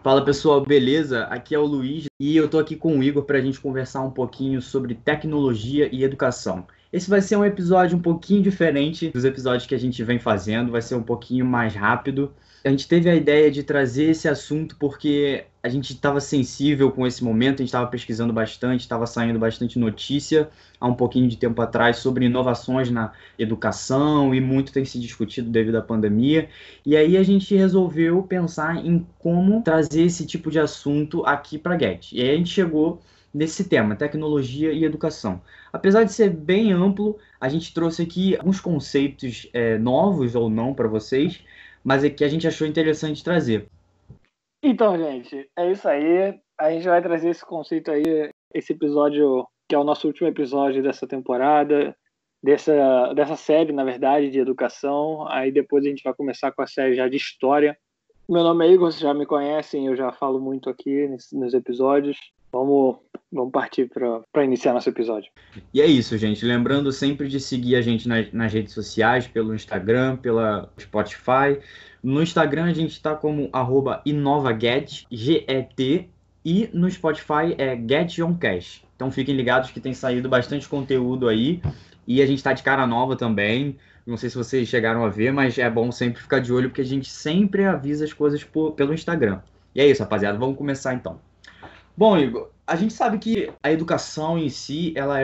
Fala pessoal, beleza? Aqui é o Luiz e eu tô aqui com o Igor para a gente conversar um pouquinho sobre tecnologia e educação. Esse vai ser um episódio um pouquinho diferente dos episódios que a gente vem fazendo, vai ser um pouquinho mais rápido. A gente teve a ideia de trazer esse assunto porque a gente estava sensível com esse momento, a gente estava pesquisando bastante, estava saindo bastante notícia há um pouquinho de tempo atrás sobre inovações na educação e muito tem se discutido devido à pandemia. E aí a gente resolveu pensar em como trazer esse tipo de assunto aqui para a Get. E aí a gente chegou nesse tema, tecnologia e educação. Apesar de ser bem amplo, a gente trouxe aqui alguns conceitos novos ou não para vocês, mas é que a gente achou interessante trazer. Então, gente, é isso aí. A gente vai trazer esse conceito aí, esse episódio, que é o nosso último episódio dessa temporada, dessa série, na verdade, de educação. Aí depois a gente vai começar com a série já de história. Meu nome é Igor, vocês já me conhecem, eu já falo muito aqui nos episódios. Vamos partir para iniciar nosso episódio. E é isso, gente. Lembrando sempre de seguir a gente nas redes sociais, pelo Instagram, pela Spotify. No Instagram a gente está como @inovaget, Get, e no Spotify é GetOnCast. Então fiquem ligados que tem saído bastante conteúdo aí. E a gente está de cara nova também. Não sei se vocês chegaram a ver, mas é bom sempre ficar de olho, porque a gente sempre avisa as coisas pelo Instagram. E é isso, rapaziada. Vamos começar então. Bom, Igor, a gente sabe que a educação em si, ela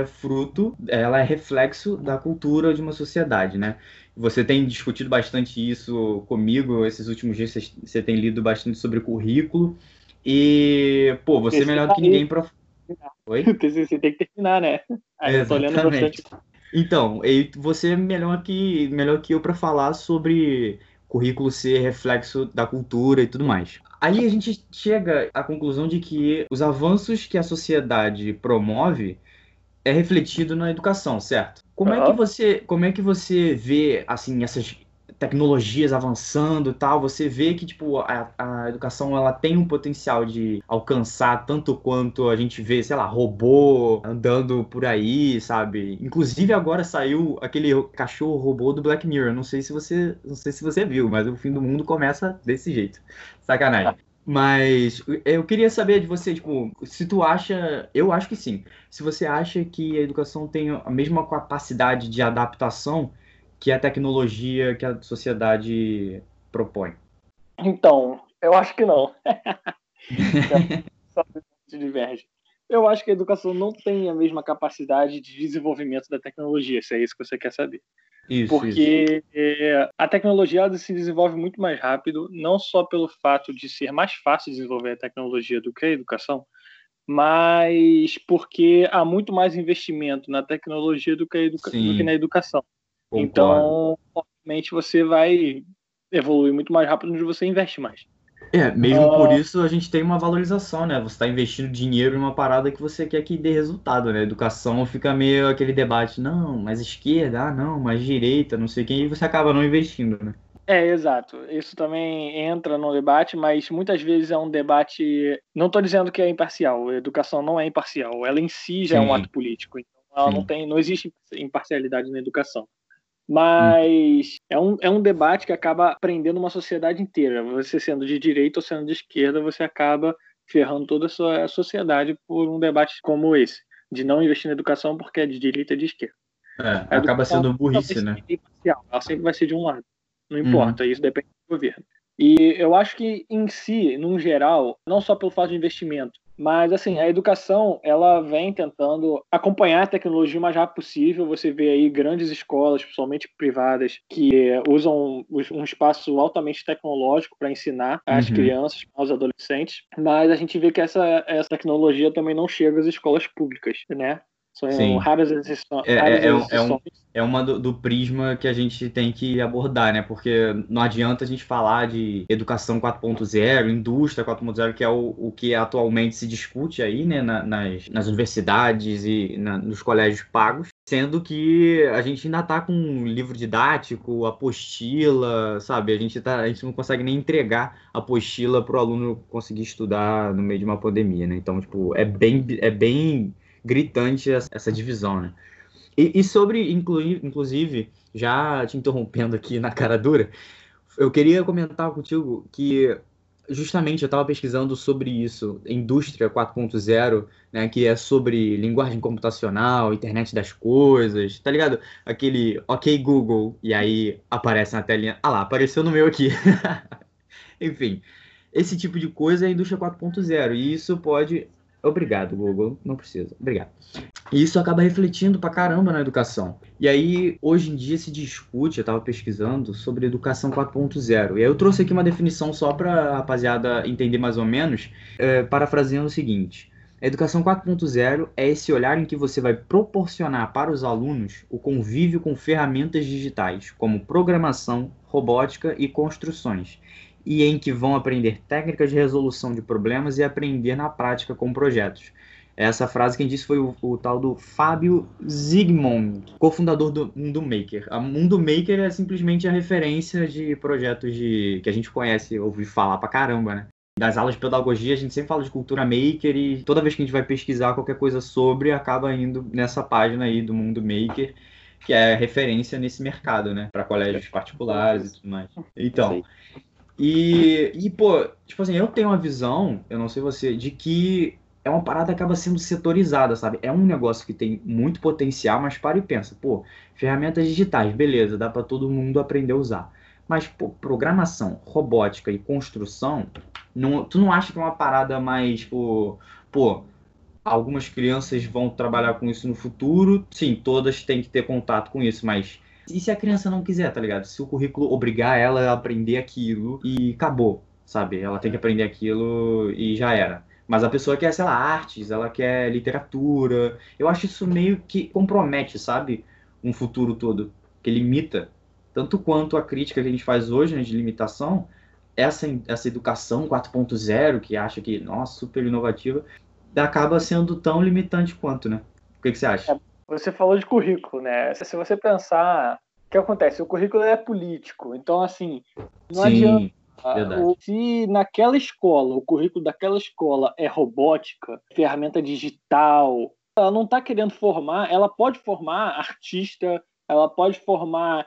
é reflexo da cultura de uma sociedade, né? Você tem discutido bastante isso comigo, esses últimos dias você tem lido bastante sobre currículo, e, pô, você é melhor do que ninguém para... Oi? Você tem que terminar, né? Aí eu tô lendo bastante. Então, você é melhor que eu para falar sobre currículo ser reflexo da cultura e tudo mais. Aí a gente chega à conclusão de que os avanços que a sociedade promove é refletido na educação, certo? Como é que você vê assim essas tecnologias avançando e tal? Você vê que tipo a educação ela tem um potencial de alcançar tanto quanto a gente vê, sei lá, robô andando por aí, sabe? Inclusive agora saiu aquele cachorro robô do Black Mirror. Não sei se você viu, mas o fim do mundo começa desse jeito. Sacanagem. Mas eu queria saber de você, tipo, se tu acha, eu acho que sim. Se você acha que a educação tem a mesma capacidade de adaptação que a tecnologia que a sociedade propõe. Então, eu acho que não. Só se diverge. Eu acho que a educação não tem a mesma capacidade de desenvolvimento da tecnologia, se é isso que você quer saber. Porque a tecnologia ela se desenvolve muito mais rápido, não só pelo fato de ser mais fácil desenvolver a tecnologia do que a educação, mas porque há muito mais investimento na tecnologia do que na educação. Concordo. Então, obviamente, você vai evoluir muito mais rápido onde você investe mais. Mesmo por isso a gente tem uma valorização, né? Você está investindo dinheiro em uma parada que você quer que dê resultado, né? Educação fica meio aquele debate, não, mas esquerda, não, mas direita, não sei quem, e você acaba não investindo, né? Exato. Isso também entra no debate, mas muitas vezes é um debate. Não estou dizendo que é imparcial. A educação não é imparcial. Ela em si já é um ato político. Então, ela não existe imparcialidade na educação. Mas é um debate que acaba prendendo uma sociedade inteira. Você sendo de direita ou sendo de esquerda, você acaba ferrando toda a sua sociedade por um debate como esse, de não investir na educação porque é de direita e de esquerda. Acaba sendo burrice, né? Ela sempre vai ser de um lado. Não importa, isso depende do governo. E eu acho que, em si, num geral, não só pelo fato de investimento, mas, assim, a educação, ela vem tentando acompanhar a tecnologia o mais rápido possível. Você vê aí grandes escolas, principalmente privadas, que usam um espaço altamente tecnológico para ensinar às crianças, aos adolescentes. Mas a gente vê que essa tecnologia também não chega às escolas públicas, né? São raras exceções. É uma do prisma que a gente tem que abordar, né? Porque não adianta a gente falar de educação 4.0, indústria 4.0, que é o que atualmente se discute aí, né? Nas universidades e nos colégios pagos, sendo que a gente ainda tá com um livro didático, apostila, sabe? A gente não consegue nem entregar a apostila para o aluno conseguir estudar no meio de uma pandemia, né? Então, tipo, é bem gritante essa divisão, né? E sobre, inclusive, já te interrompendo aqui na cara dura, eu queria comentar contigo que Justamente, eu estava pesquisando sobre isso, Indústria 4.0, né, que é sobre linguagem computacional, internet das coisas, tá ligado? Aquele OK Google, e aí aparece na telinha. Ah lá, apareceu no meu aqui. Enfim, esse tipo de coisa é a indústria 4.0, e isso pode. Obrigado, Google, não precisa. Obrigado. E isso acaba refletindo pra caramba na educação. E aí, hoje em dia, se discute, eu estava pesquisando, sobre educação 4.0. E aí eu trouxe aqui uma definição só para a rapaziada entender mais ou menos, parafraseando o seguinte. A educação 4.0 é esse olhar em que você vai proporcionar para os alunos o convívio com ferramentas digitais, como programação, robótica e construções, e em que vão aprender técnicas de resolução de problemas e aprender na prática com projetos. Essa frase quem disse foi o tal do Fábio Zygmunt, cofundador do Mundo Maker. A Mundo Maker é simplesmente a referência de projetos que a gente conhece, ouve falar pra caramba, né? Das aulas de pedagogia, a gente sempre fala de cultura maker e toda vez que a gente vai pesquisar qualquer coisa sobre, acaba indo nessa página aí do Mundo Maker, que é referência nesse mercado, né? Para colégios particulares e tudo mais. Então, pô, tipo assim, eu tenho uma visão, eu não sei você, de que é uma parada que acaba sendo setorizada, sabe? É um negócio que tem muito potencial, mas para e pensa, pô, ferramentas digitais, beleza, dá para todo mundo aprender a usar. Mas, pô, programação, robótica e construção, tu não acha que é uma parada mais, pô, algumas crianças vão trabalhar com isso no futuro? Sim, todas têm que ter contato com isso, mas e se a criança não quiser, tá ligado? Se o currículo obrigar ela a aprender aquilo e acabou, sabe? Ela tem que aprender aquilo e já era. Mas a pessoa quer, sei lá, artes, ela quer literatura. Eu acho isso meio que compromete, sabe? Um futuro todo, que limita. Tanto quanto a crítica que a gente faz hoje, né, de limitação, essa educação 4.0, que acha que, nossa, super inovativa, acaba sendo tão limitante quanto, né? O que você acha? Você falou de currículo, né? Se você pensar, o que acontece? O currículo é político, então assim, não adianta. Sim, verdade. Se naquela escola, o currículo daquela escola é robótica, ferramenta digital, ela não está querendo formar, ela pode formar artista, ela pode formar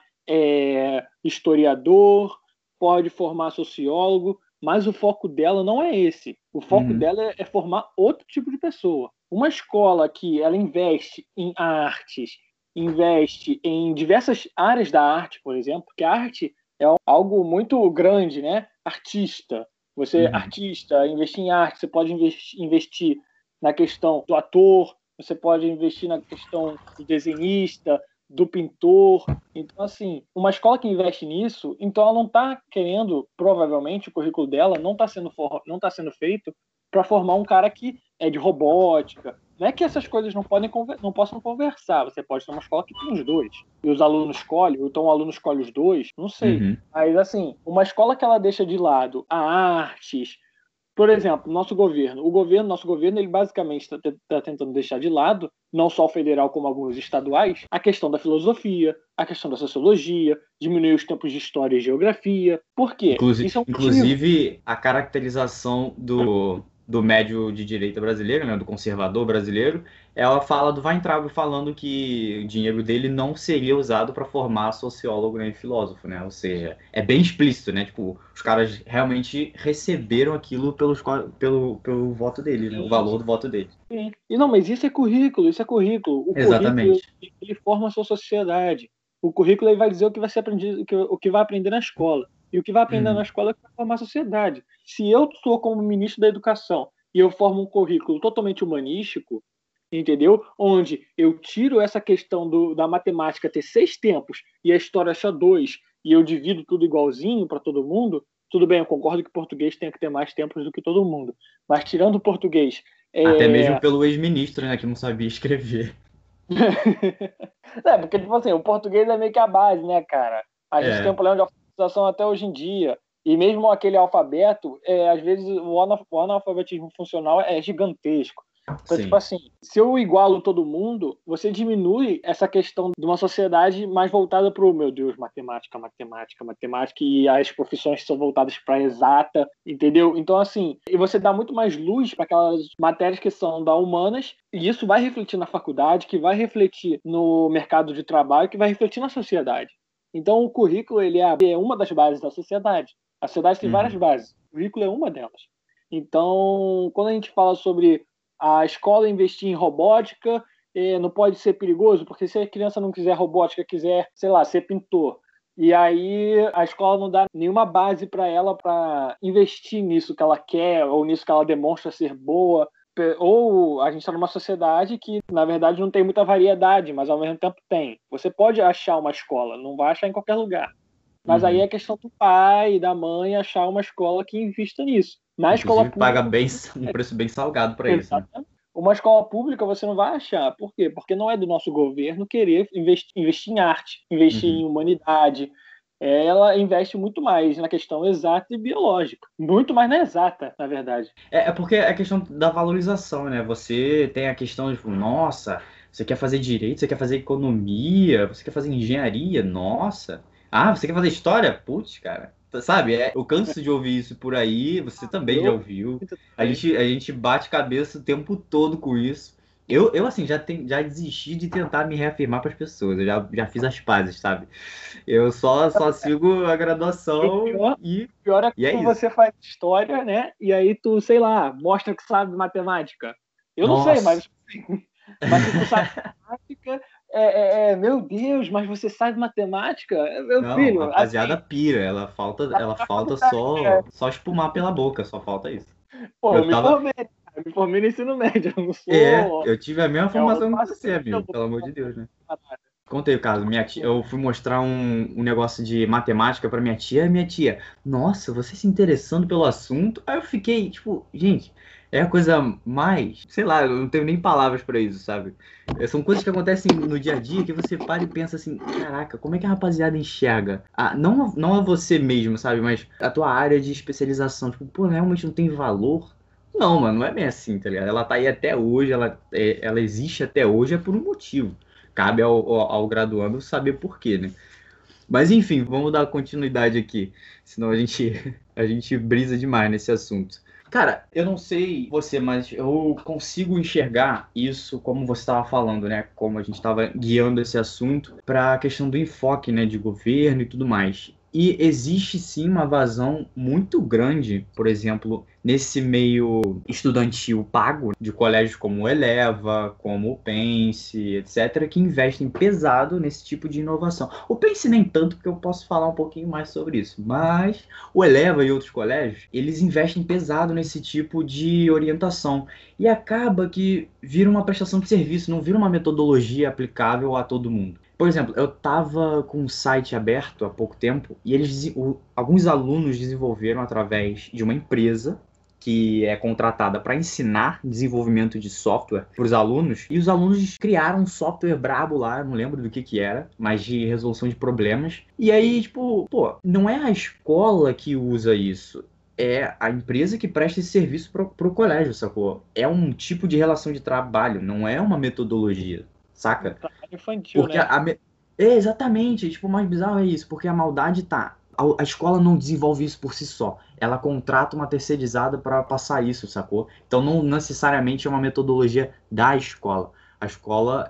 historiador, pode formar sociólogo, mas o foco dela não é esse. O foco dela é formar outro tipo de pessoa. Uma escola que ela investe em artes, investe em diversas áreas da arte, por exemplo, porque a arte é algo muito grande, né? Artista. Você, artista, investir em arte, você pode investir na questão do ator, você pode investir na questão do desenhista, do pintor. Então, assim, uma escola que investe nisso, então ela não está querendo, provavelmente, o currículo dela não tá sendo feito para formar um cara que é de robótica. Não é que essas coisas não possam conversar. Você pode ter uma escola que tem os dois. E os alunos escolhem, ou então o aluno escolhe os dois, não sei. Mas, assim, uma escola que ela deixa de lado a artes, por exemplo, nosso governo, ele basicamente está tentando deixar de lado, não só o federal como alguns estaduais, a questão da filosofia, a questão da sociologia, diminuir os tempos de história e geografia. Por quê? Isso é um motivo. Inclusive, a caracterização do médio de direita brasileiro, né, do conservador brasileiro, ela fala do Weintraub falando que o dinheiro dele não seria usado para formar sociólogo nem filósofo, né? Ou seja, é bem explícito, né? Tipo, os caras realmente receberam aquilo pelo voto dele, né? O valor do voto dele. Sim. E não, mas isso é currículo, isso é currículo. O Exatamente. currículo, ele forma a sua sociedade. O currículo ele vai dizer o que vai ser aprendido, o que vai aprender na escola. E o que vai aprender na escola é o que vai formar a sociedade. Se eu sou como ministro da educação e eu formo um currículo totalmente humanístico, entendeu? Onde eu tiro essa questão da matemática ter 6 tempos e a história só 2, e eu divido tudo igualzinho para todo mundo, tudo bem, eu concordo que o português tem que ter mais tempos do que todo mundo. Mas tirando o português, Até mesmo pelo ex-ministro, né, que não sabia escrever. Porque, tipo assim, o português é meio que a base, né, cara? A gente tem um problema de alfabetização até hoje em dia. E mesmo aquele alfabeto, às vezes o analfabetismo funcional é gigantesco. Então, tipo assim, se eu igualo todo mundo, você diminui essa questão de uma sociedade mais voltada para o, meu Deus, matemática, e as profissões são voltadas para exata, entendeu? Então, assim, e você dá muito mais luz para aquelas matérias que são da humanas, e isso vai refletir na faculdade, que vai refletir no mercado de trabalho, que vai refletir na sociedade. Então, o currículo ele é uma das bases da sociedade. A sociedade tem várias bases. currículo é uma delas. Então, quando a gente fala sobre a escola investir em robótica, não pode ser perigoso, porque se a criança não quiser robótica, quiser, sei lá, ser pintor, e aí a escola não dá nenhuma base para ela para investir nisso que ela quer ou nisso que ela demonstra ser boa. Ou a gente está numa sociedade que, na verdade, não tem muita variedade, mas ao mesmo tempo tem. Você pode achar uma escola, não vai achar em qualquer lugar. Mas aí é questão do pai e da mãe achar uma escola que invista nisso. Na escola Inclusive, paga pública. bem, um preço bem salgado para isso, né? Exatamente. Uma escola pública você não vai achar. Por quê? Porque não é do nosso governo querer investir em arte, investir em humanidade. Ela investe muito mais na questão exata e biológica. Muito mais na exata, na verdade. É porque é a questão da valorização, né? Você tem a questão de, tipo, nossa, você quer fazer direito, você quer fazer economia, você quer fazer engenharia, nossa. Ah, você quer fazer história? Putz, cara. Sabe, eu canso de ouvir isso por aí, você também já Eu ouviu. muito A bem. gente, a gente bate cabeça o tempo todo com isso. Eu assim, já desisti de tentar me reafirmar para as pessoas. Eu já fiz as pazes, sabe? Eu só sigo a E o graduação pior, e, pior é e é quando isso. você faz história, né? E aí tu, sei lá, mostra que sabe matemática. Eu não sei, Nossa. mas se tu sabe matemática, meu Deus, mas você sabe matemática? Meu Não, filho, rapaziada assim, pira, ela falta só espumar pela boca, só falta isso. pô, eu Eu me tava, formei, cara, me formei no ensino médio, eu não sou. eu tive a mesma Eu não formação que passei você, amigo, pelo. pelo amor de Deus, né? Contei o caso, eu fui mostrar um negócio de matemática pra minha tia, e minha tia, nossa, você se interessando pelo assunto? Aí eu fiquei, tipo, gente, é a coisa mais, sei lá, eu não tenho nem palavras pra isso, sabe? São coisas que acontecem no dia a dia que você para e pensa assim, caraca, como é que a rapaziada enxerga? Não a você mesmo, sabe? Mas a tua área de especialização, tipo, pô, realmente não tem valor? Não, mano, não é bem assim, tá ligado? Ela tá aí até hoje, ela existe até hoje, é por um motivo. Cabe ao graduando saber por quê, né? Mas enfim, vamos dar continuidade aqui, senão a gente brisa demais nesse assunto. Cara, eu não sei você, mas eu consigo enxergar isso como você estava falando, né? Como a gente estava guiando esse assunto para a questão do enfoque, né, de governo e tudo mais. E existe sim uma vazão muito grande, por exemplo, nesse meio estudantil pago de colégios como o Eleva, como o Pense, etc., que investem pesado nesse tipo de inovação. O Pense nem tanto, porque eu posso falar um pouquinho mais sobre isso, mas o Eleva e outros colégios, eles investem pesado nesse tipo de orientação. E acaba que vira uma prestação de serviço, não vira uma metodologia aplicável a todo mundo. Por exemplo, eu estava com um site aberto há pouco tempo e alguns alunos desenvolveram através de uma empresa que é contratada para ensinar desenvolvimento de software para os alunos, e os alunos criaram um software brabo lá, eu não lembro do que era, mas de resolução de problemas. E aí, tipo, pô, não é a escola que usa isso, é a empresa que presta esse serviço pro colégio, sacou? É um tipo de relação de trabalho, não é uma metodologia, Um saca? trabalho infantil, Porque né? exatamente, tipo, o mais bizarro é isso, porque a maldade tá. A escola não desenvolve isso por si só. Ela contrata uma terceirizada para passar isso, sacou? Então não necessariamente é uma metodologia da escola. A escola,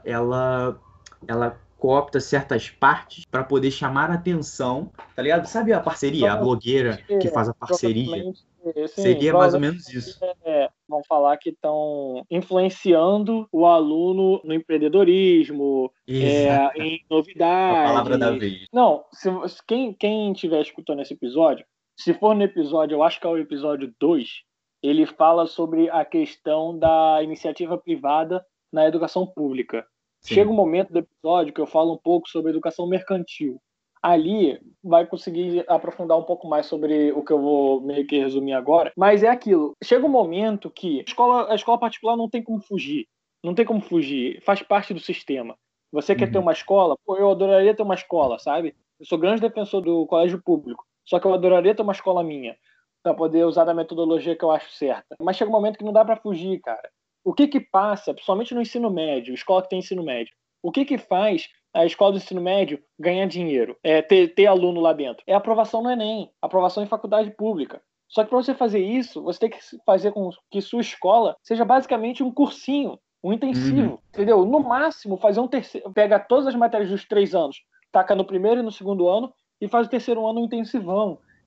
ela coopta certas partes para poder chamar a atenção, tá ligado? Sabe a parceria, a blogueira que faz a parceria? Provavelmente, sim, Seria mais ou provavelmente menos isso. vão falar que estão influenciando o aluno no empreendedorismo, Exata, em a palavra da novidades. vez. Não, quem estiver escutando esse episódio, se for no episódio, eu acho que é o episódio 2, ele fala sobre a questão da iniciativa privada na educação pública. Chega um Sim. momento do episódio que eu falo um pouco sobre educação mercantil. Ali vai conseguir aprofundar um pouco mais sobre o que eu vou meio que resumir agora, mas é aquilo. Chega um momento que a escola particular não tem como fugir. Não tem como fugir. Faz parte do sistema. Você quer ter Uhum. uma escola? Pô, eu adoraria ter uma escola, sabe? Eu sou grande defensor do colégio público. Só que eu adoraria ter uma escola minha, para poder usar da metodologia que eu acho certa. Mas chega um momento que não dá para fugir, cara. O que que passa, principalmente no ensino médio, escola que tem ensino médio, o que que faz a escola do ensino médio ganhar dinheiro, ter aluno lá dentro? É aprovação no Enem, aprovação em faculdade pública. Só que para você fazer isso, você tem que fazer com que sua escola seja basicamente um cursinho, um Uhum. intensivo, entendeu? No máximo, fazer um terceiro, pega todas as matérias dos 3 anos, taca no primeiro e no segundo ano e faz o terceiro ano um intensivão.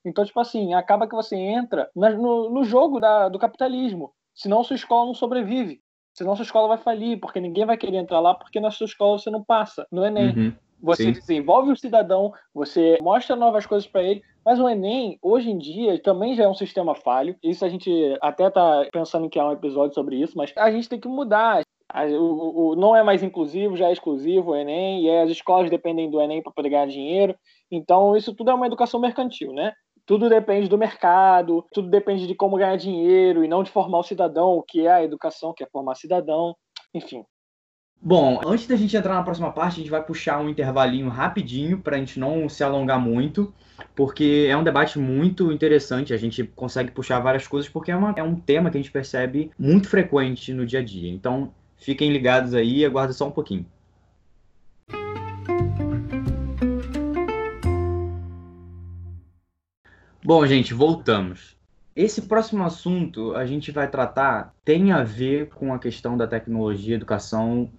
Então, tipo assim, acaba que você entra no jogo do capitalismo. Senão sua escola não sobrevive. Senão sua escola vai falir, porque ninguém vai querer entrar lá, porque na sua escola você não passa no Enem. Uhum. Você Sim. desenvolve o cidadão, você mostra novas coisas para ele, mas o Enem, hoje em dia, também já é um sistema falho. Isso a gente até tá pensando em criar um episódio sobre isso, mas a gente tem que mudar. Não é mais inclusivo, já é exclusivo o Enem, e as escolas dependem do Enem para poder ganhar dinheiro. Então, isso tudo é uma educação mercantil, né? Tudo depende do mercado, tudo depende de como ganhar dinheiro e não de formar o cidadão, o que é a educação, que é formar cidadão, enfim. Bom, antes da gente entrar na próxima parte, a gente vai puxar um intervalinho rapidinho para a gente não se alongar muito, porque é um debate muito interessante, a gente consegue puxar várias coisas, porque é um tema que a gente percebe muito frequente no dia a dia. Então, fiquem ligados aí e aguardem só um pouquinho. Bom, gente, voltamos. Esse próximo assunto a gente vai tratar tem a ver com a questão da tecnologia e educação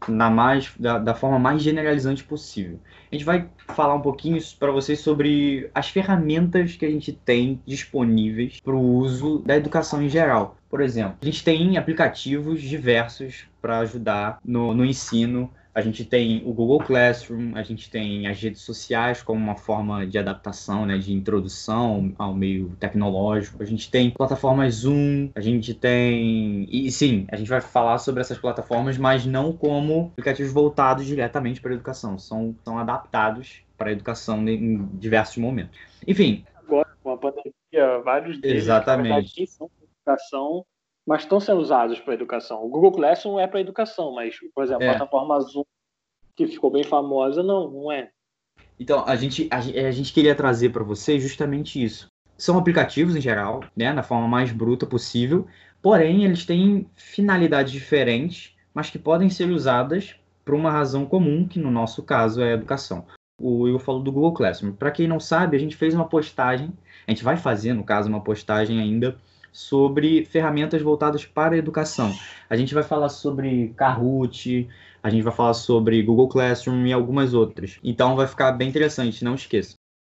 da forma mais generalizante possível. A gente vai falar um pouquinho para vocês sobre as ferramentas que a gente tem disponíveis para o uso da educação em geral. Por exemplo, a gente tem aplicativos diversos para ajudar no ensino. A gente tem o Google Classroom, a gente tem as redes sociais como uma forma de adaptação, né, de introdução ao meio tecnológico. A gente tem plataformas Zoom, a gente tem... E sim, a gente vai falar sobre essas plataformas, mas não como aplicativos voltados diretamente para a educação. São adaptados para a educação em diversos momentos. Enfim. Agora, com a pandemia, vários deles, na verdade, Exatamente. nem são para educação, mas estão sendo usados para educação. O Google Classroom é para educação, mas, por exemplo, a plataforma Zoom, que ficou bem famosa, não é. Então, a gente queria trazer para vocês justamente isso. São aplicativos em geral, né, na forma mais bruta possível, porém eles têm finalidades diferentes, mas que podem ser usadas por uma razão comum, que no nosso caso é a educação. O Will falou do Google Classroom. Para quem não sabe, a gente fez uma postagem, a gente vai fazer, no caso, uma postagem ainda sobre ferramentas voltadas para a educação. A gente vai falar sobre Kahoot, a gente vai falar sobre Google Classroom e algumas outras. Então vai ficar bem interessante, não esqueça.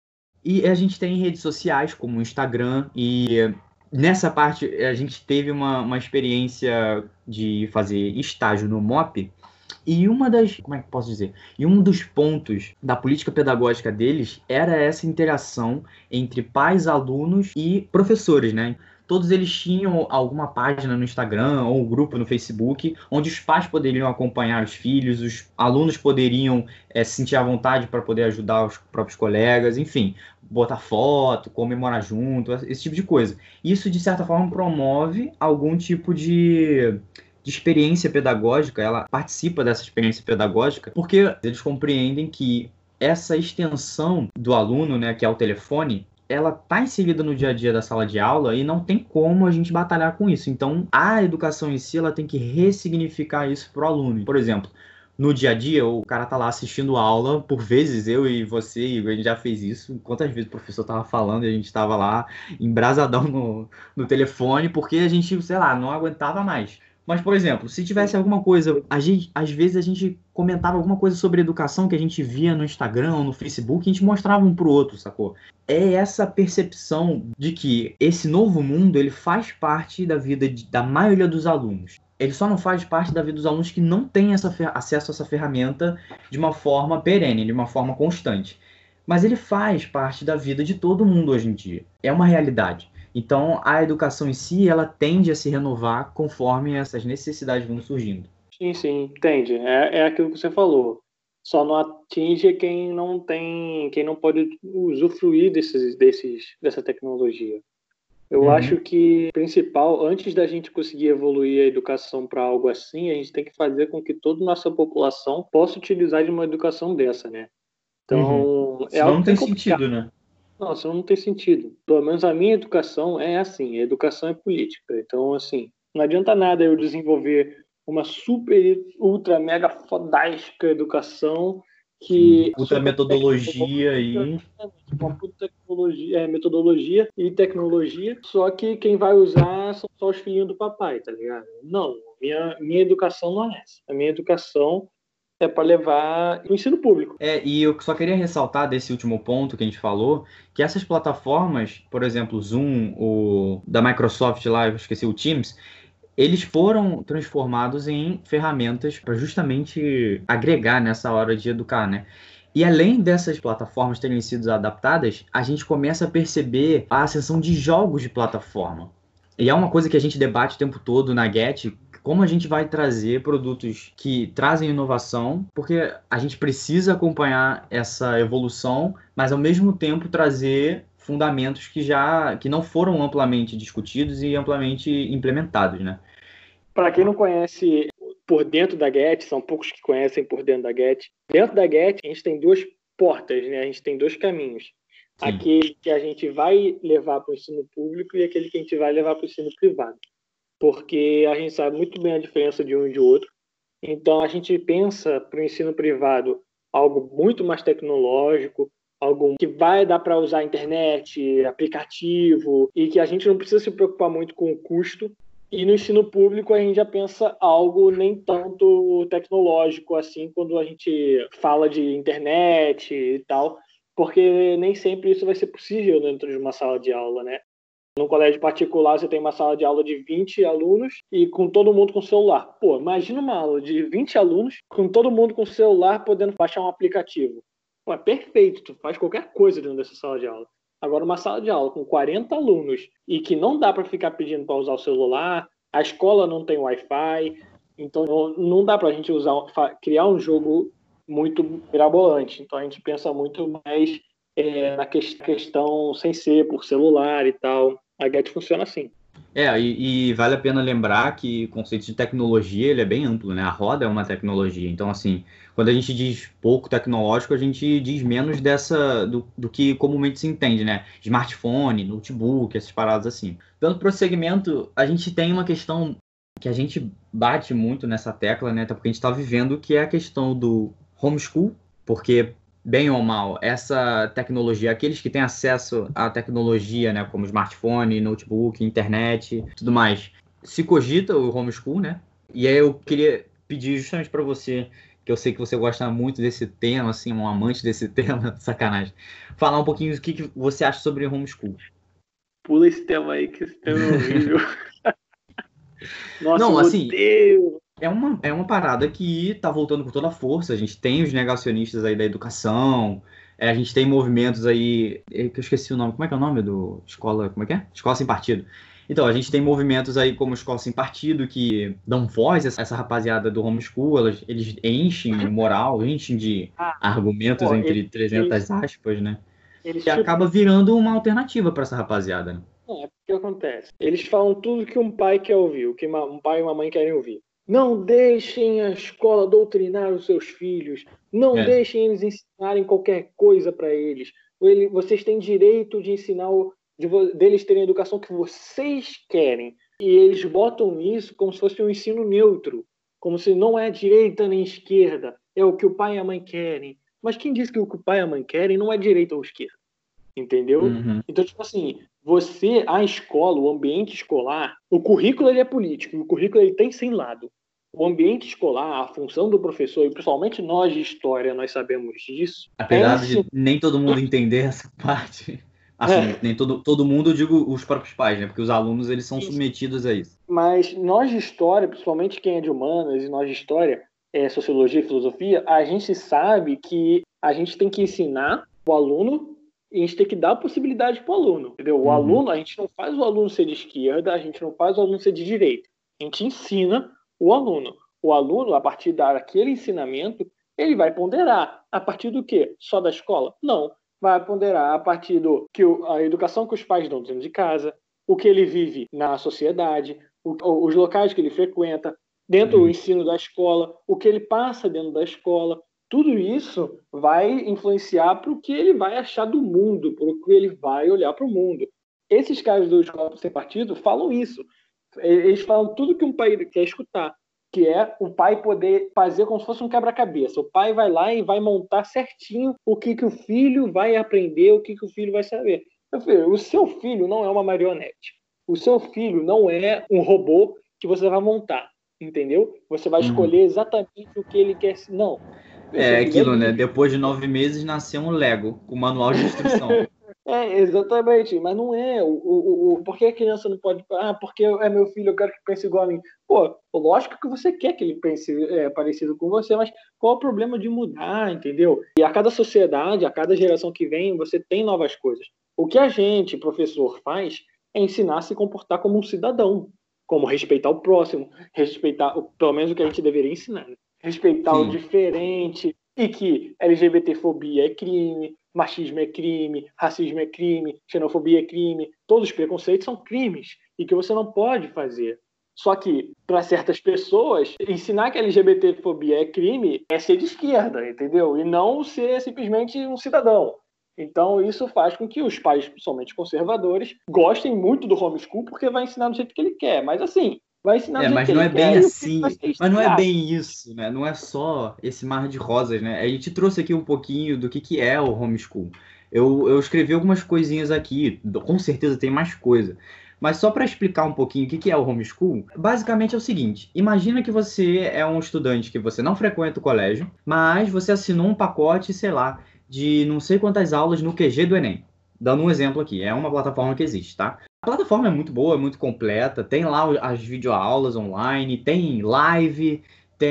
E a gente tem redes sociais como o Instagram, e nessa parte a gente teve uma experiência de fazer estágio no MOP, e como é que posso dizer? E um dos pontos da política pedagógica deles era essa interação entre pais, alunos e professores, né? Todos eles tinham alguma página no Instagram ou um grupo no Facebook, onde os pais poderiam acompanhar os filhos, os alunos poderiam se sentir à vontade para poder ajudar os próprios colegas, enfim, botar foto, comemorar junto, esse tipo de coisa. Isso, de certa forma, promove algum tipo de experiência pedagógica, ela participa dessa experiência pedagógica, porque eles compreendem que essa extensão do aluno, né, que é o telefone, ela está inserida no dia a dia da sala de aula e não tem como a gente batalhar com isso. Então, a educação em si, ela tem que ressignificar isso para o aluno. Por exemplo, no dia a dia, o cara tá lá assistindo aula, por vezes eu e você, Igor, a gente já fez isso. Quantas vezes o professor tava falando e a gente tava lá embrasadão no telefone, porque a gente, sei lá, não aguentava mais. Mas, por exemplo, se tivesse alguma coisa, às vezes a gente comentava alguma coisa sobre educação que a gente via no Instagram ou no Facebook, e a gente mostrava um pro outro, sacou? É essa percepção de que esse novo mundo, ele faz parte da vida da maioria dos alunos. Ele só não faz parte da vida dos alunos que não têm acesso a essa ferramenta de uma forma perene, de uma forma constante. Mas ele faz parte da vida de todo mundo hoje em dia. É uma realidade. Então, a educação em si, ela tende a se renovar conforme essas necessidades vão surgindo. Sim, sim, entende. É aquilo que você falou. Só não atinge quem não tem, quem não pode usufruir dessa tecnologia. Eu acho que o principal, antes da gente conseguir evoluir a educação para algo assim, a gente tem que fazer com que toda a nossa população possa utilizar de uma educação dessa, né? Então, é Senão algo não tem bem complicado. sentido, né? Não, senão não tem sentido. Pelo menos a minha educação é assim, a educação é política. Então, assim, não adianta nada eu desenvolver uma super, ultra, mega fodástica educação Sim. que é Puta super metodologia tecnológica, aí. uma puta tecnologia, metodologia e tecnologia, só que quem vai usar são só os filhinhos do papai, tá ligado? Não, minha educação não é essa. A minha educação É para levar o ensino público. E eu só queria ressaltar desse último ponto que a gente falou, que essas plataformas, por exemplo, o Zoom, o da Microsoft lá, eu esqueci, o Teams, eles foram transformados em ferramentas para justamente agregar nessa hora de educar, né? E além dessas plataformas terem sido adaptadas, a gente começa a perceber a ascensão de jogos de plataforma. E é uma coisa que a gente debate o tempo todo na Get, como a gente vai trazer produtos que trazem inovação, porque a gente precisa acompanhar essa evolução, mas ao mesmo tempo trazer fundamentos que não foram amplamente discutidos e amplamente implementados, né? Para quem não conhece por dentro da Get, são poucos que conhecem por dentro da Get. Dentro da Get, a gente tem duas portas, né? A gente tem dois caminhos. Sim. Aquele que a gente vai levar para o ensino público e aquele que a gente vai levar para o ensino privado. Porque a gente sabe muito bem a diferença de um e de outro. Então, a gente pensa para o ensino privado algo muito mais tecnológico, algo que vai dar para usar internet, aplicativo, e que a gente não precisa se preocupar muito com o custo. E no ensino público a gente já pensa algo nem tanto tecnológico assim quando a gente fala de internet e tal, porque nem sempre isso vai ser possível dentro de uma sala de aula, né? Num colégio particular você tem uma sala de aula de 20 alunos e com todo mundo com celular. Pô, imagina uma aula de 20 alunos com todo mundo com celular podendo baixar um aplicativo. Pô, é perfeito, tu faz qualquer coisa dentro dessa sala de aula. Agora, uma sala de aula com 40 alunos e que não dá para ficar pedindo para usar o celular, a escola não tem Wi-Fi, então não dá para a gente criar um jogo muito mirabolante. Então, a gente pensa muito mais na questão sem ser por celular e tal. A Get funciona assim. E vale a pena lembrar que o conceito de tecnologia ele é bem amplo, né? A roda é uma tecnologia. Então, assim, quando a gente diz pouco tecnológico, a gente diz menos do que comumente se entende, né? Smartphone, notebook, essas paradas assim. Dando prosseguimento, a gente tem uma questão que a gente bate muito nessa tecla, né? Até porque a gente está vivendo, que é a questão do homeschool, porque bem ou mal, essa tecnologia, aqueles que têm acesso à tecnologia, né, como smartphone, notebook, internet, tudo mais, se cogita o homeschool, né? E aí eu queria pedir justamente para você, que eu sei que você gosta muito desse tema, assim, um amante desse tema, sacanagem, falar um pouquinho do que você acha sobre homeschool. Pula esse tema aí, que esse tema é horrível. Nossa, não, assim, Deus. É uma parada que tá voltando com toda a força. A gente tem os negacionistas aí da educação, a gente tem movimentos aí, que eu esqueci o nome, como é que é o nome do escola, como é que é? Escola Sem Partido. Então, a gente tem movimentos aí como Escola Sem Partido que dão voz a essa rapaziada do homeschool, eles enchem de moral, enchem de argumentos entre 300 aspas, né? E acaba virando uma alternativa para essa rapaziada, né? O que acontece? Eles falam tudo que um pai quer ouvir, o que um pai e uma mãe querem ouvir. Não deixem a escola doutrinar os seus filhos. Não deixem eles ensinarem qualquer coisa para eles. Vocês têm direito de ensinar, deles terem a educação que vocês querem. E eles botam isso como se fosse um ensino neutro. Como se não é direita nem esquerda. É o que o pai e a mãe querem. Mas quem diz que o que o pai e a mãe querem não é direita ou esquerda? Entendeu? Uhum. Então, tipo assim, a escola, o ambiente escolar, o currículo ele é político, o currículo ele tem sem lado. O ambiente escolar, a função do professor, e principalmente nós de história, nós sabemos disso. Apesar de nem todo mundo entender essa parte. Assim, nem todo mundo, eu digo os próprios pais, né? Porque os alunos, eles são submetidos a isso. Mas nós de história, principalmente quem é de humanas e nós de história, sociologia e filosofia, a gente sabe que a gente tem que ensinar o aluno e a gente tem que dar possibilidade para o aluno, entendeu? O aluno, a gente não faz o aluno ser de esquerda, a gente não faz o aluno ser de direita. A gente ensina o aluno. O aluno, a partir daquele ensinamento, ele vai ponderar. A partir do quê? Só da escola? Não. Vai ponderar a partir a educação que os pais dão dentro de casa, o que ele vive na sociedade, os locais que ele frequenta, dentro do ensino da escola, o que ele passa dentro da escola. Tudo isso vai influenciar para o que ele vai achar do mundo, para o que ele vai olhar para o mundo. Esses caras do Escola Sem Partido falam isso. Eles falam tudo que um pai quer escutar, que é o pai poder fazer como se fosse um quebra-cabeça. O pai vai lá e vai montar certinho o que o filho vai aprender, o que o filho vai saber. Meu filho, o seu filho não é uma marionete. O seu filho não é um robô que você vai montar. entendeu? Você vai Uhum. escolher exatamente o que ele quer. Não. Seu É filho é aquilo, né? livre. Depois de 9 meses nasceu um Lego com manual de instrução. Exatamente, mas não é. Por que a criança não pode. Ah, porque é meu filho, eu quero que pense igual a mim. Pô, lógico que você quer que ele pense parecido com você, mas qual é o problema de mudar, entendeu? E a cada sociedade, a cada geração que vem, você tem novas coisas. O que a gente, professor, faz é ensinar a se comportar como um cidadão, como respeitar o próximo, respeitar, pelo menos o que a gente deveria ensinar, né? Respeitar o Sim. diferente, e que LGBTfobia é crime, machismo é crime, racismo é crime, xenofobia é crime, todos os preconceitos são crimes e que você não pode fazer. Só que, para certas pessoas, ensinar que LGBTfobia é crime é ser de esquerda, entendeu? E não ser simplesmente um cidadão. Então, isso faz com que os pais, principalmente conservadores, gostem muito do homeschool porque vai ensinar do jeito que ele quer. Mas, assim, vai ensinar do jeito Mas que não ele é bem quer e o filho vai assim. ser Mas não é estragado. bem isso, né? Não é só esse mar de rosas, né? A gente trouxe aqui um pouquinho do que é o homeschool. Eu escrevi algumas coisinhas aqui, com certeza tem mais coisa. Mas só para explicar um pouquinho o que é o homeschool, basicamente é o seguinte: imagina que você é um estudante que você não frequenta o colégio, mas você assinou um pacote, sei lá, de não sei quantas aulas no QG do Enem. Dando um exemplo aqui, é uma plataforma que existe, tá? A plataforma é muito boa, é muito completa, tem lá as videoaulas online, tem live,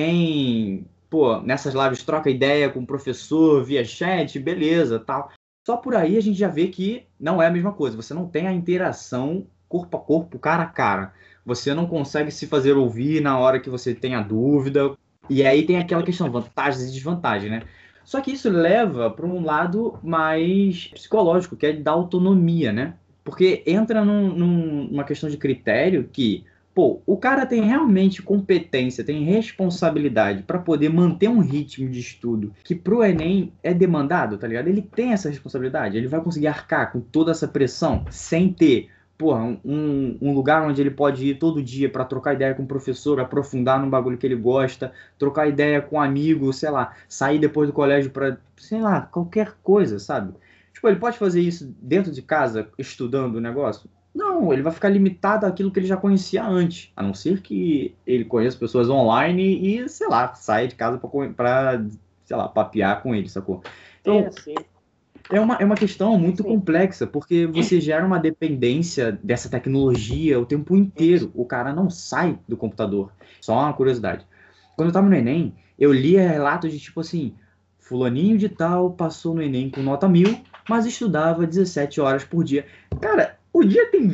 tem, pô, nessas lives troca ideia com o professor via chat, beleza, tal. Só por aí a gente já vê que não é a mesma coisa, você não tem a interação corpo a corpo, cara a cara. Você não consegue se fazer ouvir na hora que você tem a dúvida. E aí tem aquela questão, vantagens e desvantagens, né? Só que isso leva para um lado mais psicológico, que é da autonomia, né? Porque entra numa questão de critério que, pô, o cara tem realmente competência, tem responsabilidade para poder manter um ritmo de estudo que pro Enem é demandado, tá ligado? Ele tem essa responsabilidade, ele vai conseguir arcar com toda essa pressão sem ter, porra, um lugar onde ele pode ir todo dia para trocar ideia com o professor, aprofundar num bagulho que ele gosta, trocar ideia com um amigo, sei lá, sair depois do colégio para, sei lá, qualquer coisa, sabe? Tipo, ele pode fazer isso dentro de casa, estudando o negócio? Não, ele vai ficar limitado àquilo que ele já conhecia antes. A não ser que ele conheça pessoas online e, sei lá, saia de casa pra sei lá, papear com ele, sacou? É Então, assim, é uma questão muito sim. complexa, porque você gera uma dependência dessa tecnologia o tempo inteiro. O cara não sai do computador. Só uma curiosidade. Quando eu tava no Enem, eu lia relatos de tipo assim, fulaninho de tal passou no Enem com nota 1000, mas estudava 17 horas por dia. Cara, o dia tem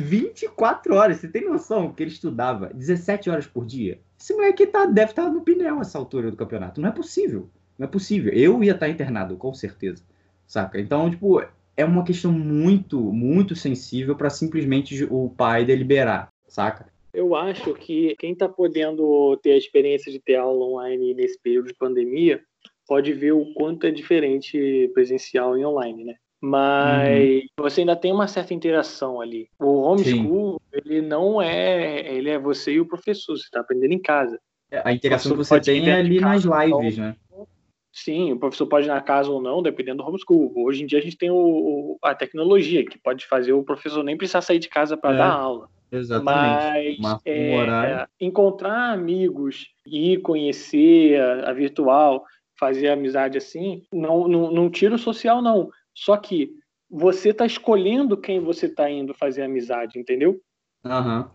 24 horas, você tem noção que ele estudava 17 horas por dia? Esse moleque deve estar no pneu essa altura do campeonato. Não é possível. Não é possível. Eu ia estar internado, com certeza. Saca? Então, tipo, é uma questão muito, muito sensível para simplesmente o pai deliberar, saca? Eu acho que quem está podendo ter a experiência de ter aula online nesse período de pandemia pode ver o quanto é diferente presencial e online, né? Uhum. Mas você ainda tem uma certa interação ali. O Sim. homeschool, ele não é, ele é você e o professor, você está aprendendo em casa. A O interação que professor você pode ir tem é dentro de ali nas casa, lives, então, né? sim, o professor pode ir na casa ou não, dependendo do homeschool. Hoje em dia a gente tem a tecnologia que pode fazer o professor nem precisar sair de casa para dar É, aula. exatamente. Mas Marca um horário. encontrar amigos e conhecer a virtual, fazer amizade assim, não tira o social, não. Só que você está escolhendo quem você está indo fazer amizade, entendeu? Aham.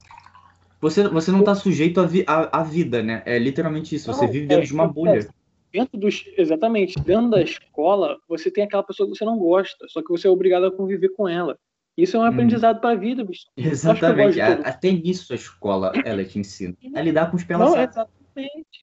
Você não tá sujeito à vida, né? É literalmente isso. Você Não, vive dentro o de que uma acontece? bolha. Exatamente, dentro da escola, você tem aquela pessoa que você não gosta, só que você é obrigado a conviver com ela. Isso é um Uhum. aprendizado para a vida, bicho. Tu acha que eu gosto Exatamente. de todo Até nisso a escola, ela te ensina. A mundo? lidar com os pela Não, saco. exatamente.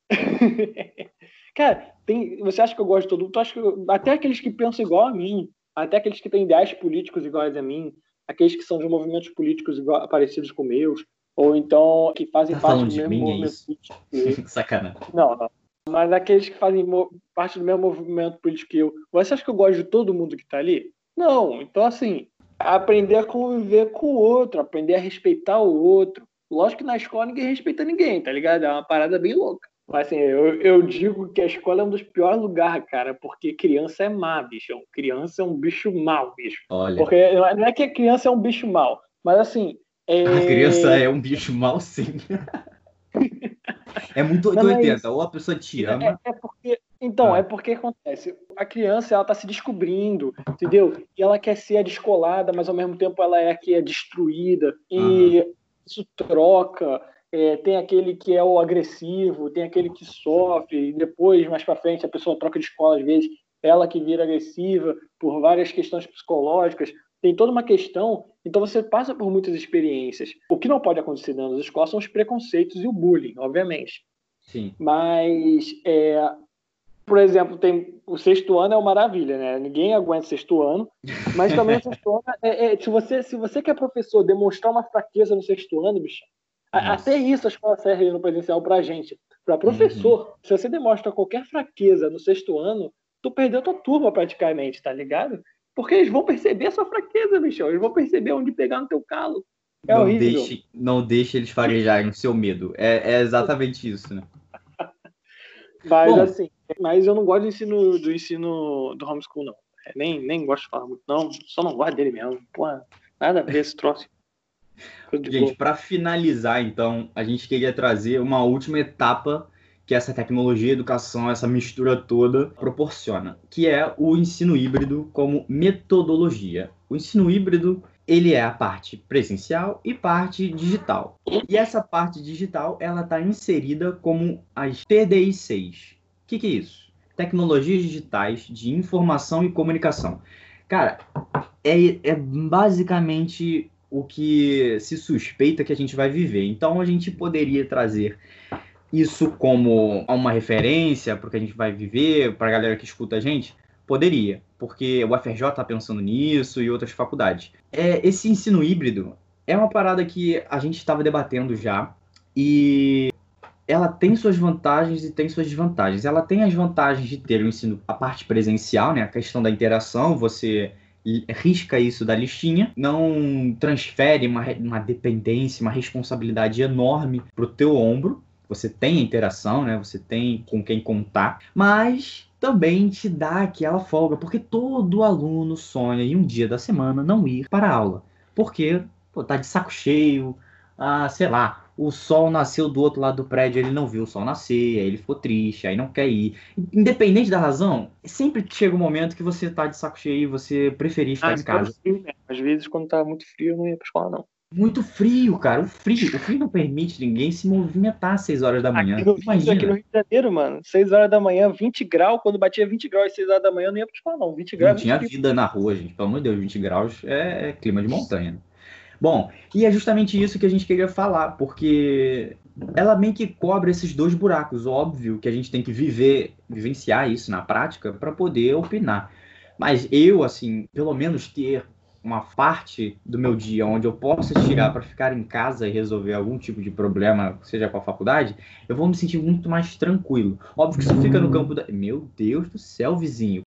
Cara, você acha que eu gosto de todo mundo? Tu acha que até aqueles que pensam igual a mim, até aqueles que têm ideais políticos iguais a mim, aqueles que são de movimentos políticos parecidos com meus, ou então que fazem Tá parte falando do de mesmo mim, é movimento isso? político que eu. Sacanagem. Não, não. Mas aqueles que fazem parte do mesmo movimento político que eu. Você acha que eu gosto de todo mundo que tá ali? Não. Então, assim, aprender a conviver com o outro, aprender a respeitar o outro. Lógico que na escola ninguém respeita ninguém, tá ligado? É uma parada bem louca. Mas assim, eu digo que a escola é um dos piores lugares, cara, porque criança é má, bicho. Criança é um bicho mau, bicho. Olha, Porque não é que a criança é um bicho mau, mas assim, a criança é, é um bicho mau, sim. É muito Não, não é 880. isso. Ou a pessoa te É, ama. é porque. Então, Ah, é porque acontece. A criança, ela tá se descobrindo, entendeu? E ela quer ser a descolada, mas ao mesmo tempo ela é a que é destruída. aham. E isso troca. Tem aquele que é o agressivo, tem aquele que sofre, e depois, mais pra frente, a pessoa troca de escola, às vezes, ela que vira agressiva por várias questões psicológicas. Tem toda uma questão, então você passa por muitas experiências. O que não pode acontecer dentro das escolas são os preconceitos e o bullying, obviamente. Sim. Mas, por exemplo, tem o sexto ano é uma maravilha, né? Ninguém aguenta o sexto ano, mas também o sexto ano se você que é professor demonstrar uma fraqueza no sexto ano, bicho, até Nossa. isso a escola serve no presencial pra gente, para Uhum. professor. Se você demonstra qualquer fraqueza no sexto ano, tu perdeu tua turma praticamente, tá ligado? Porque eles vão perceber a sua fraqueza, bicho. Eles vão perceber onde pegar no teu calo. É horrível. Não deixe eles farejarem o seu medo. É exatamente isso, né? Mas Bom, assim, mas eu não gosto do ensino do homeschool, não. Nem gosto de falar muito, não. Só não gosto dele mesmo. Porra, nada a ver esse troço. Coisa de gente, boa. para finalizar, então, a gente queria trazer uma última etapa que essa tecnologia, educação, essa mistura toda proporciona, que é o ensino híbrido como metodologia. O ensino híbrido, ele é a parte presencial e parte digital. E essa parte digital, ela está inserida como as TDI6. O que é isso? Tecnologias digitais de informação e comunicação. Cara, é basicamente o que se suspeita que a gente vai viver. Então a gente poderia trazer isso como uma referência para o que a gente vai viver, para a galera que escuta a gente? Poderia, porque o FRJ está pensando nisso e outras faculdades. Esse ensino híbrido é uma parada que a gente estava debatendo já e ela tem suas vantagens e tem suas desvantagens. Ela tem as vantagens de ter o ensino, a parte presencial, né? A questão da interação, você risca isso da listinha, não transfere uma dependência, uma responsabilidade enorme para o teu ombro. Você tem a interação, né? Você tem com quem contar, mas também te dá aquela folga, porque todo aluno sonha em um dia da semana não ir para a aula, porque pô, tá de saco cheio, sei lá, o sol nasceu do outro lado do prédio, ele não viu o sol nascer, aí ele ficou triste, aí não quer ir. Independente da razão, sempre chega um momento que você tá de saco cheio e você preferir ficar Ah, em só no casa. frio, né? Às vezes, quando tá muito frio, eu não ia pra escola, não. Muito frio, cara. O frio não permite ninguém se movimentar às 6 horas da Aqui manhã. no Rio, aqui no Imagina. Rio de Janeiro, mano, 6 horas da manhã, 20 graus, quando batia 20 graus às 6 horas da manhã, eu não ia pra escola, não. 20 Não graus é muito tinha frio. vida na rua, gente. Pelo amor de Deus, 20 graus é clima de montanha, né? Bom, e é justamente isso que a gente queria falar, porque ela meio que cobre esses dois buracos. Óbvio que a gente tem que vivenciar isso na prática para poder opinar. Mas eu, assim, pelo menos ter uma parte do meu dia onde eu possa tirar para ficar em casa e resolver algum tipo de problema, seja com a faculdade, eu vou me sentir muito mais tranquilo. Óbvio que isso fica no campo da. Meu Deus do céu, vizinho.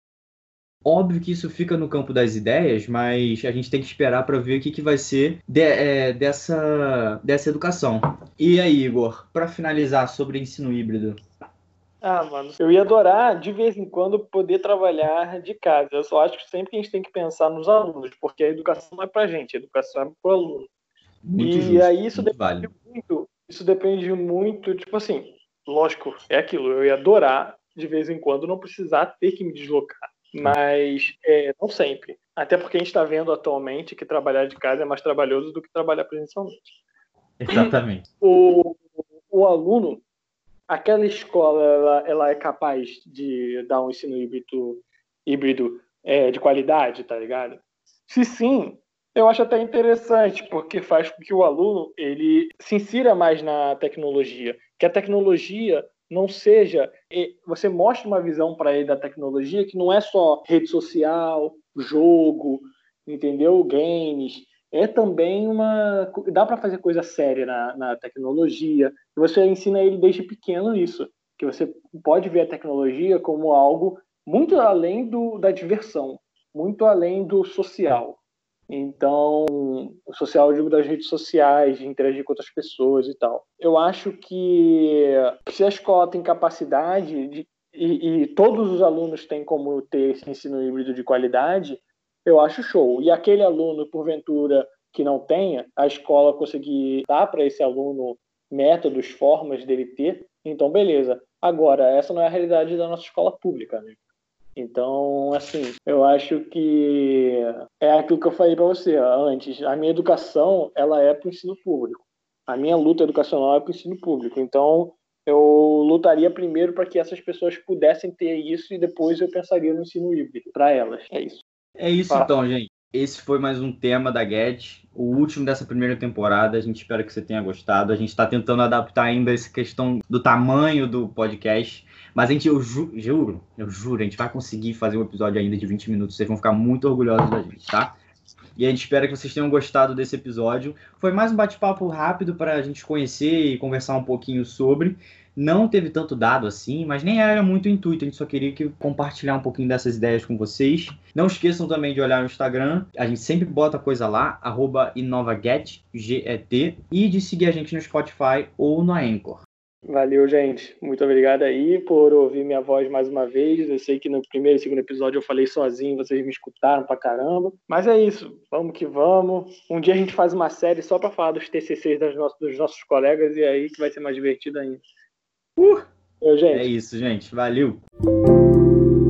Óbvio que isso fica no campo das ideias, mas a gente tem que esperar para ver o que vai ser dessa educação. E aí, Igor, para finalizar sobre ensino híbrido? Ah, mano, eu ia adorar, de vez em quando, poder trabalhar de casa. Eu só acho que sempre que a gente tem que pensar nos alunos, porque a educação não é pra gente, a educação é pro aluno. Muito E justo, aí muito válido. isso depende muito, tipo assim, lógico, é aquilo, eu ia adorar, de vez em quando, não precisar ter que me deslocar. Mas não sempre. Até porque a gente está vendo atualmente que trabalhar de casa é mais trabalhoso do que trabalhar presencialmente. Exatamente. O, o aluno, aquela escola, ela é capaz de dar um ensino híbrido de qualidade, tá ligado? Se sim, eu acho até interessante, porque faz com que o aluno ele se insira mais na tecnologia, que a tecnologia não seja, você mostra uma visão para ele da tecnologia que não é só rede social, jogo, entendeu? Games, é também dá para fazer coisa séria na tecnologia. E você ensina ele desde pequeno isso, que você pode ver a tecnologia como algo muito além da diversão, muito além do social. Então, o social, eu digo das redes sociais, de interagir com outras pessoas e tal. Eu acho que se a escola tem capacidade e todos os alunos têm como ter esse ensino híbrido de qualidade, eu acho show. E aquele aluno, porventura, que não tenha, a escola conseguir dar para esse aluno métodos, formas dele ter, então beleza. Agora, essa não é a realidade da nossa escola pública, né? Então, assim, eu acho que é aquilo que eu falei para você antes. A minha educação, ela é para o ensino público. A minha luta educacional é para o ensino público. Então, eu lutaria primeiro para que essas pessoas pudessem ter isso e depois eu pensaria no ensino híbrido para elas. É isso. É isso então, gente. Esse foi mais um tema da Get, o último dessa primeira temporada. A gente espera que você tenha gostado. A gente está tentando adaptar ainda essa questão do tamanho do podcast. Mas eu juro, a gente vai conseguir fazer um episódio ainda de 20 minutos. Vocês vão ficar muito orgulhosos da gente, tá? E a gente espera que vocês tenham gostado desse episódio. Foi mais um bate-papo rápido para a gente conhecer e conversar um pouquinho sobre. Não teve tanto dado assim, mas nem era muito intuito. A gente só queria compartilhar um pouquinho dessas ideias com vocês. Não esqueçam também de olhar no Instagram. A gente sempre bota coisa lá, @inovaget, G-E-T, e de seguir a gente no Spotify ou no Anchor. Valeu, gente. Muito obrigado aí por ouvir minha voz mais uma vez. Eu sei que no primeiro e segundo episódio eu falei sozinho, vocês me escutaram pra caramba. Mas é isso. Vamos que vamos. Um dia a gente faz uma série só pra falar dos TCCs dos nossos colegas e aí que vai ser mais divertido ainda. É isso, gente. Valeu!